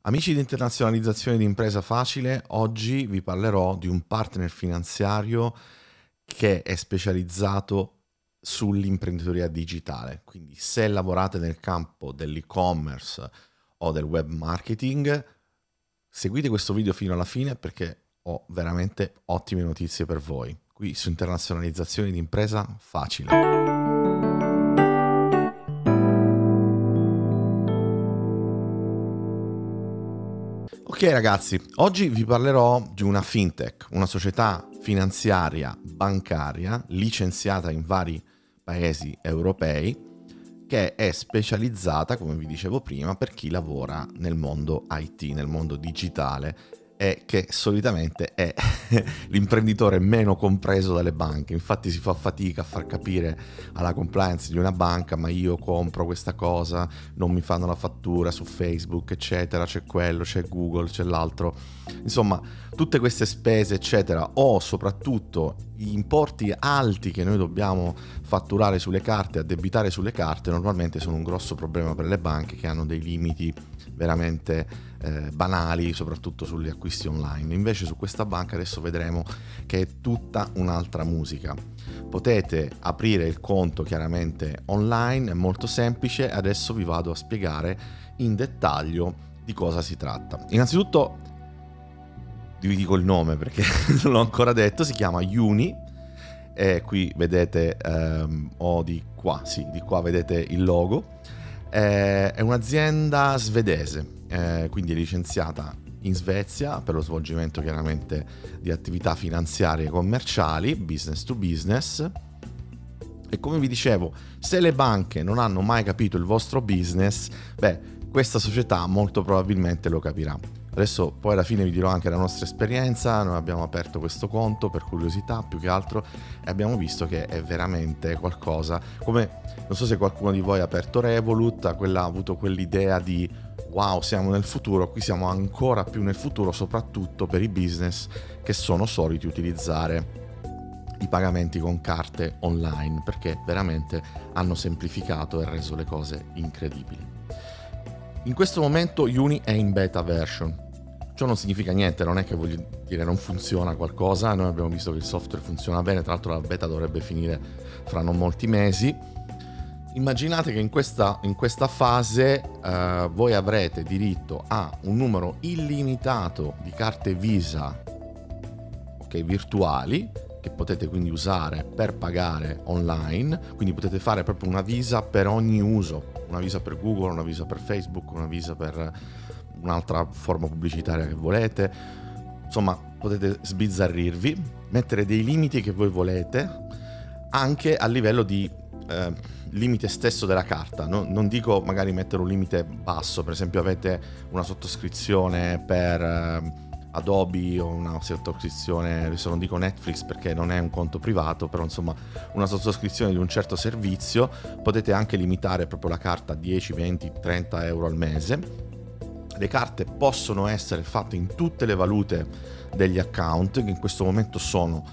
Amici di internazionalizzazione di impresa facile, oggi vi parlerò di un partner finanziario che è specializzato sull'imprenditoria digitale. Quindi se lavorate nel campo dell'e-commerce o del web marketing, seguite questo video fino alla fine perché ho veramente ottime notizie per voi. Qui su internazionalizzazione di impresa facile. Ok ragazzi, oggi vi parlerò di una fintech, una società finanziaria bancaria licenziata in vari paesi europei che è specializzata, come vi dicevo prima, per chi lavora nel mondo IT, nel mondo digitale e che solitamente è l'imprenditore meno compreso dalle banche. Infatti si fa fatica a far capire alla compliance di una banca: ma io compro questa cosa, non mi fanno la fattura su Facebook, eccetera, c'è quello, c'è Google, c'è l'altro. Insomma, tutte queste spese, eccetera, o soprattutto gli importi alti che noi dobbiamo fatturare sulle carte, addebitare sulle carte, normalmente sono un grosso problema per le banche che hanno dei limiti veramente banali, soprattutto sugli acquisti online. Invece su questa banca adesso vedremo che è tutta un'altra musica. Potete aprire il conto chiaramente online, è molto semplice. Adesso vi vado a spiegare in dettaglio di cosa si tratta. Innanzitutto vi dico il nome perché non l'ho ancora detto, si chiama Uni. Qui vedete o di qua vedete il logo. È un'azienda svedese, quindi è licenziata in Svezia per lo svolgimento chiaramente di attività finanziarie e commerciali, business to business. E come vi dicevo, se le banche non hanno mai capito il vostro business, questa società molto probabilmente lo capirà. Adesso poi alla fine vi dirò anche la nostra esperienza. Noi abbiamo aperto questo conto per curiosità più che altro e abbiamo visto che è veramente qualcosa come, non so se qualcuno di voi ha aperto Revolut, ha avuto quell'idea di wow, siamo nel futuro. Qui siamo ancora più nel futuro, soprattutto per i business che sono soliti utilizzare i pagamenti con carte online, perché veramente hanno semplificato e reso le cose incredibili. In questo momento Uni è in beta version. Ciò non significa niente, non è che voglio dire non funziona qualcosa. Noi abbiamo visto che il software funziona bene, tra l'altro la beta dovrebbe finire fra non molti mesi. Immaginate che in questa fase voi avrete diritto a un numero illimitato di carte Visa, virtuali, che potete quindi usare per pagare online. Quindi potete fare proprio una Visa per ogni uso, una Visa per Google, una Visa per Facebook, una Visa per un'altra forma pubblicitaria che volete. Insomma, potete sbizzarrirvi, mettere dei limiti che voi volete, anche a livello di limite stesso della carta. Non dico magari mettere un limite basso, per esempio avete una sottoscrizione per Adobe o una sottoscrizione, adesso non dico Netflix perché non è un conto privato, però insomma una sottoscrizione di un certo servizio, potete anche limitare proprio la carta a 10, 20, 30 euro al mese. Le carte possono essere fatte in tutte le valute degli account, che in questo momento sono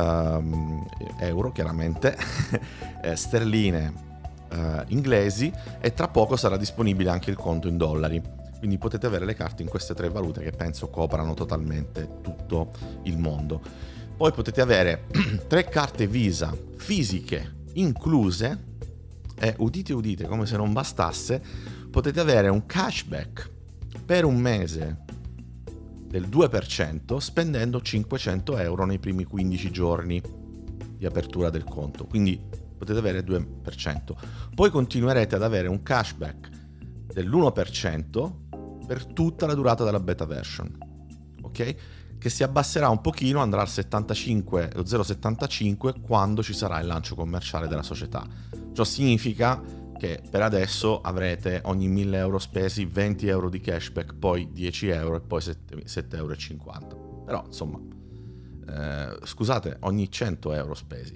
euro chiaramente, sterline, inglesi, e tra poco sarà disponibile anche il conto in dollari. Quindi potete avere le carte in queste tre valute che penso coprano totalmente tutto il mondo. Poi potete avere 3 carte Visa fisiche incluse e udite udite, come se non bastasse, potete avere un cashback per un mese del 2% spendendo 500 euro nei primi 15 giorni di apertura del conto. Quindi potete avere il 2%. Poi continuerete ad avere un cashback dell'1% per tutta la durata della beta version, ok? Che si abbasserà un pochino, andrà al 75, lo 0,75 quando ci sarà il lancio commerciale della società. Ciò significa che per adesso avrete ogni 1000 euro spesi 20 euro di cashback, poi 10 euro e poi 7,50 euro. Però insomma, scusate, ogni 100 euro spesi.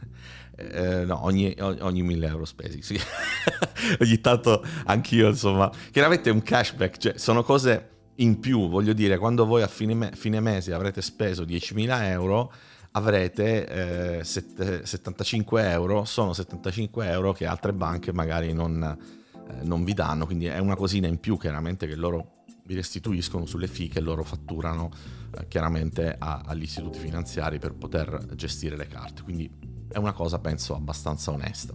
No, ogni 1000 euro spesi, sì. Ogni tanto anch'io, insomma, chiaramente è un cashback, cioè sono cose in più, voglio dire, quando voi a fine mese avrete speso 10.000 euro, avrete 75 euro, sono 75 euro che altre banche magari non vi danno, quindi è una cosina in più chiaramente che loro vi restituiscono sulle fee che loro fatturano chiaramente agli istituti finanziari per poter gestire le carte. Quindi è una cosa, penso, abbastanza onesta.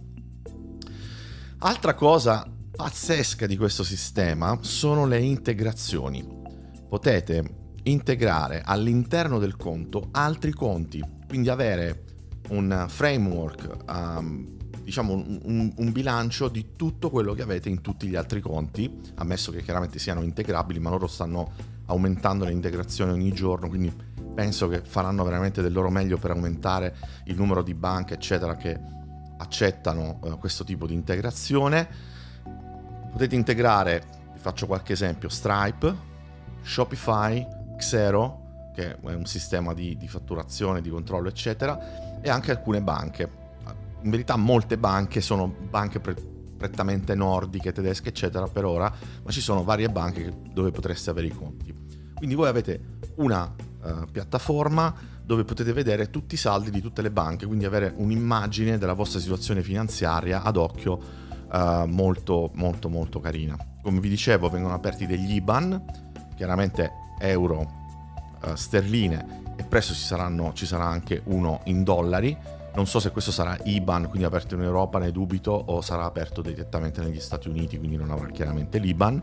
Altra cosa pazzesca di questo sistema sono le integrazioni. Potete integrare all'interno del conto altri conti, quindi avere un framework, diciamo un bilancio di tutto quello che avete in tutti gli altri conti, ammesso che chiaramente siano integrabili, ma loro stanno aumentando le integrazioni ogni giorno, quindi penso che faranno veramente del loro meglio per aumentare il numero di banche eccetera che accettano questo tipo di integrazione. Potete integrare, vi faccio qualche esempio, Stripe, Shopify, Xero, che è un sistema di fatturazione, di controllo eccetera, e anche alcune banche. In verità molte banche sono banche prettamente nordiche, tedesche eccetera per ora, ma ci sono varie banche dove potreste avere i conti. Quindi voi avete una piattaforma dove potete vedere tutti i saldi di tutte le banche, quindi avere un'immagine della vostra situazione finanziaria ad occhio molto molto molto carina. Come vi dicevo, vengono aperti degli IBAN, chiaramente euro, sterline, e presto ci sarà anche uno in dollari. Non so se questo sarà IBAN, quindi aperto in Europa, ne dubito, o sarà aperto direttamente negli Stati Uniti, quindi non avrà chiaramente l'IBAN.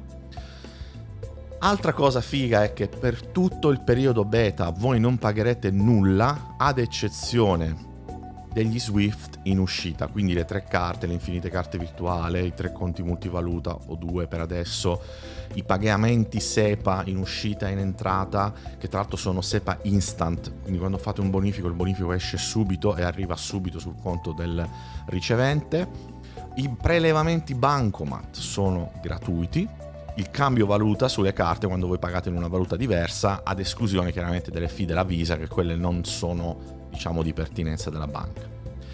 Altra cosa figa è che per tutto il periodo beta voi non pagherete nulla, ad eccezione degli SWIFT in uscita, quindi le 3 carte, le infinite carte virtuali, i 3 conti multivaluta o 2 per adesso, i pagamenti SEPA in uscita e in entrata, che tra l'altro sono SEPA instant, quindi quando fate un bonifico il bonifico esce subito e arriva subito sul conto del ricevente. I prelevamenti bancomat sono gratuiti, il cambio valuta sulle carte quando voi pagate in una valuta diversa, ad esclusione chiaramente delle fee della Visa, che quelle non sono, diciamo, di pertinenza della banca.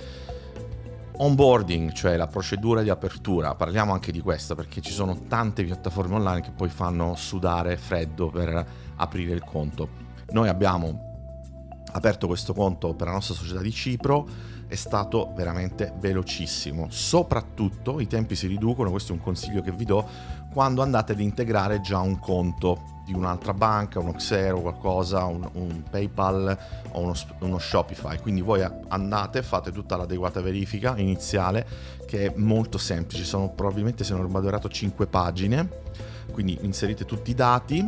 Onboarding, cioè la procedura di apertura, parliamo anche di questa perché ci sono tante piattaforme online che poi fanno sudare freddo per aprire il conto. Noi abbiamo aperto questo conto per la nostra società di Cipro, è stato veramente velocissimo, soprattutto i tempi si riducono, questo è un consiglio che vi do, quando andate ad integrare già un conto di un'altra banca, uno Xero, qualcosa, un PayPal o uno Shopify. Quindi voi andate, fate tutta l'adeguata verifica iniziale, che è molto semplice, sono probabilmente, se non ho sbagliato, 5 pagine, quindi inserite tutti i dati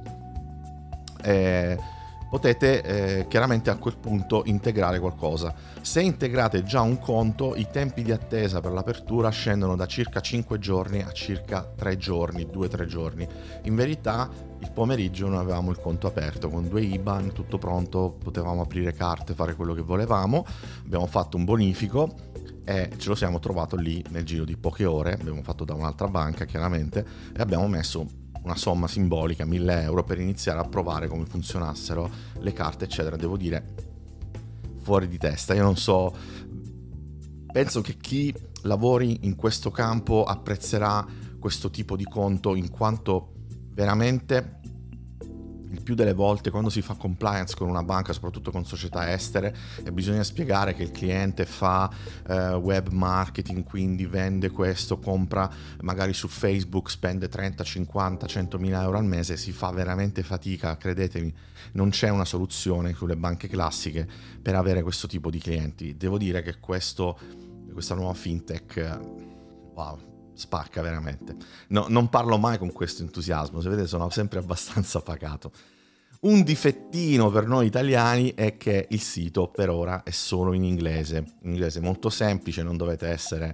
e potete chiaramente a quel punto integrare qualcosa. Se integrate già un conto, i tempi di attesa per l'apertura scendono da circa 5 giorni a circa 3 giorni, 2-3 giorni. In verità il pomeriggio noi avevamo il conto aperto con 2 IBAN, tutto pronto, potevamo aprire carte, fare quello che volevamo, abbiamo fatto un bonifico e ce lo siamo trovato lì nel giro di poche ore, abbiamo fatto da un'altra banca chiaramente e abbiamo messo una somma simbolica, 1.000 euro, per iniziare a provare come funzionassero le carte eccetera. Devo dire, fuori di testa, io non so, penso che chi lavori in questo campo apprezzerà questo tipo di conto, in quanto veramente il più delle volte quando si fa compliance con una banca, soprattutto con società estere, e bisogna spiegare che il cliente fa web marketing, quindi vende questo, compra magari su Facebook, spende 30, 50, 100.000 euro al mese, si fa veramente fatica, credetemi, non c'è una soluzione sulle banche classiche per avere questo tipo di clienti. Devo dire che questa nuova fintech, wow, spacca veramente. No, non parlo mai con questo entusiasmo, se vedete sono sempre abbastanza pacato. Un difettino per noi italiani è che il sito per ora è solo in inglese molto semplice, non dovete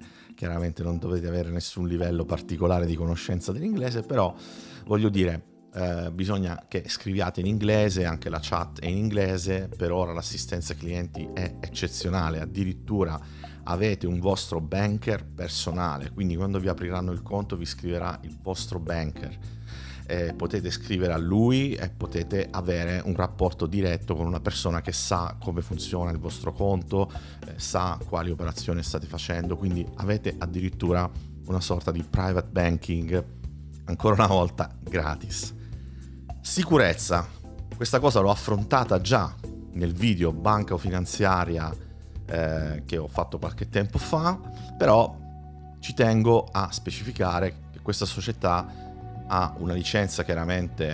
avere nessun livello particolare di conoscenza dell'inglese, però voglio dire, bisogna che scriviate in inglese, anche la chat è in inglese, per ora l'assistenza clienti è eccezionale, addirittura avete un vostro banker personale, quindi quando vi apriranno il conto vi scriverà il vostro banker, potete scrivere a lui e potete avere un rapporto diretto con una persona che sa come funziona il vostro conto, sa quali operazioni state facendo, quindi avete addirittura una sorta di private banking, ancora una volta gratis. Sicurezza, questa cosa l'ho affrontata già nel video banca o finanziaria che ho fatto qualche tempo fa, però ci tengo a specificare che questa società ha una licenza chiaramente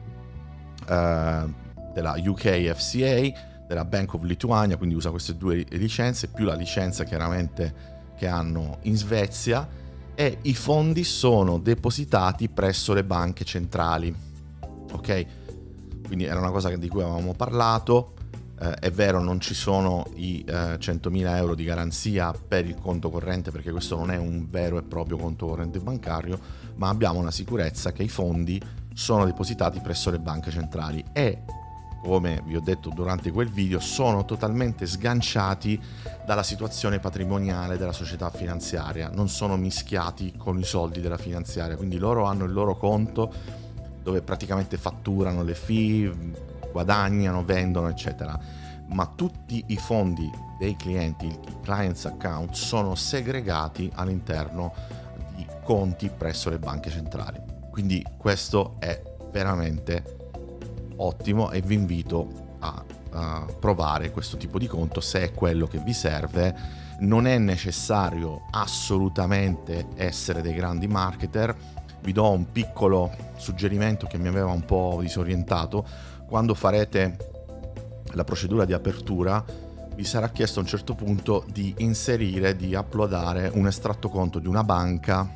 della UK FCA, della Bank of Lithuania, quindi usa queste due licenze, più la licenza chiaramente che hanno in Svezia, e i fondi sono depositati presso le banche centrali, ok? Quindi era una cosa di cui avevamo parlato. È vero, non ci sono i 100.000 euro di garanzia per il conto corrente, perché questo non è un vero e proprio conto corrente bancario, ma abbiamo una sicurezza che i fondi sono depositati presso le banche centrali e, come vi ho detto durante quel video, sono totalmente sganciati dalla situazione patrimoniale della società finanziaria, non sono mischiati con i soldi della finanziaria, quindi loro hanno il loro conto dove praticamente fatturano le fee, guadagnano, vendono, eccetera, ma tutti i fondi dei clienti, i clients account, sono segregati all'interno di conti presso le banche centrali. Quindi questo è veramente ottimo e vi invito a provare questo tipo di conto se è quello che vi serve. Non è necessario assolutamente essere dei grandi marketer. Vi do un piccolo suggerimento che mi aveva un po' disorientato. Quando farete la procedura di apertura vi sarà chiesto a un certo punto di inserire, di uploadare un estratto conto di una banca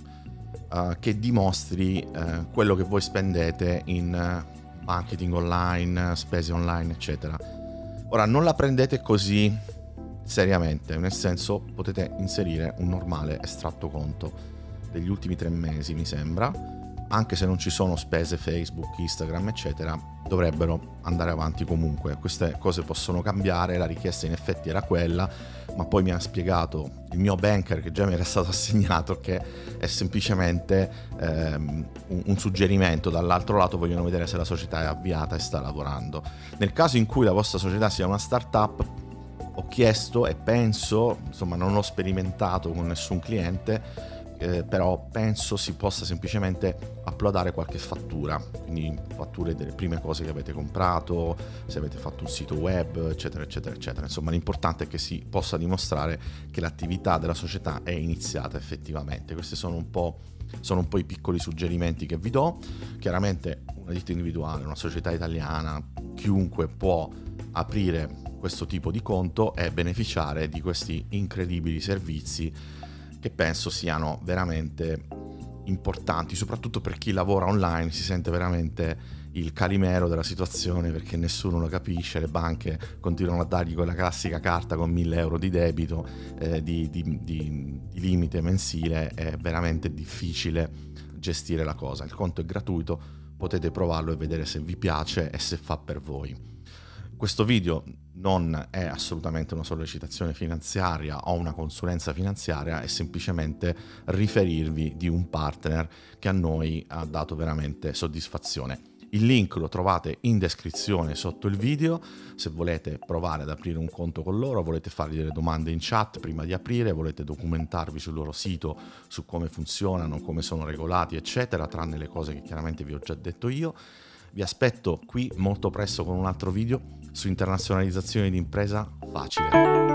che dimostri quello che voi spendete in marketing online, spese online, eccetera. Ora, non la prendete così seriamente, nel senso, potete inserire un normale estratto conto degli ultimi 3 mesi, mi sembra, anche se non ci sono spese Facebook, Instagram, eccetera, dovrebbero andare avanti comunque. Queste cose possono cambiare, la richiesta in effetti era quella, ma poi mi ha spiegato il mio banker, che già mi era stato assegnato, che è semplicemente un suggerimento. Dall'altro lato vogliono vedere se la società è avviata e sta lavorando. Nel caso in cui la vostra società sia una startup, ho chiesto e penso, insomma non ho sperimentato con nessun cliente, però penso si possa semplicemente uploadare qualche fattura, quindi fatture delle prime cose che avete comprato, se avete fatto un sito web, eccetera eccetera eccetera. Insomma, l'importante è che si possa dimostrare che l'attività della società è iniziata effettivamente. Questi sono un po' i piccoli suggerimenti che vi do. Chiaramente una ditta individuale, una società italiana, chiunque può aprire questo tipo di conto e beneficiare di questi incredibili servizi che penso siano veramente importanti, soprattutto per chi lavora online. Si sente veramente il calimero della situazione, perché nessuno lo capisce, le banche continuano a dargli quella classica carta con 1.000 euro di debito, di limite mensile. È veramente difficile gestire la cosa. Il conto è gratuito, potete provarlo e vedere se vi piace e se fa per voi. Questo video non è assolutamente una sollecitazione finanziaria o una consulenza finanziaria, è semplicemente riferirvi di un partner che a noi ha dato veramente soddisfazione. Il link lo trovate in descrizione sotto il video. Se volete provare ad aprire un conto con loro, volete fargli delle domande in chat prima di aprire, volete documentarvi sul loro sito su come funzionano, come sono regolati, eccetera, tranne le cose che chiaramente vi ho già detto io. Vi aspetto qui molto presto con un altro video su internazionalizzazione di impresa facile.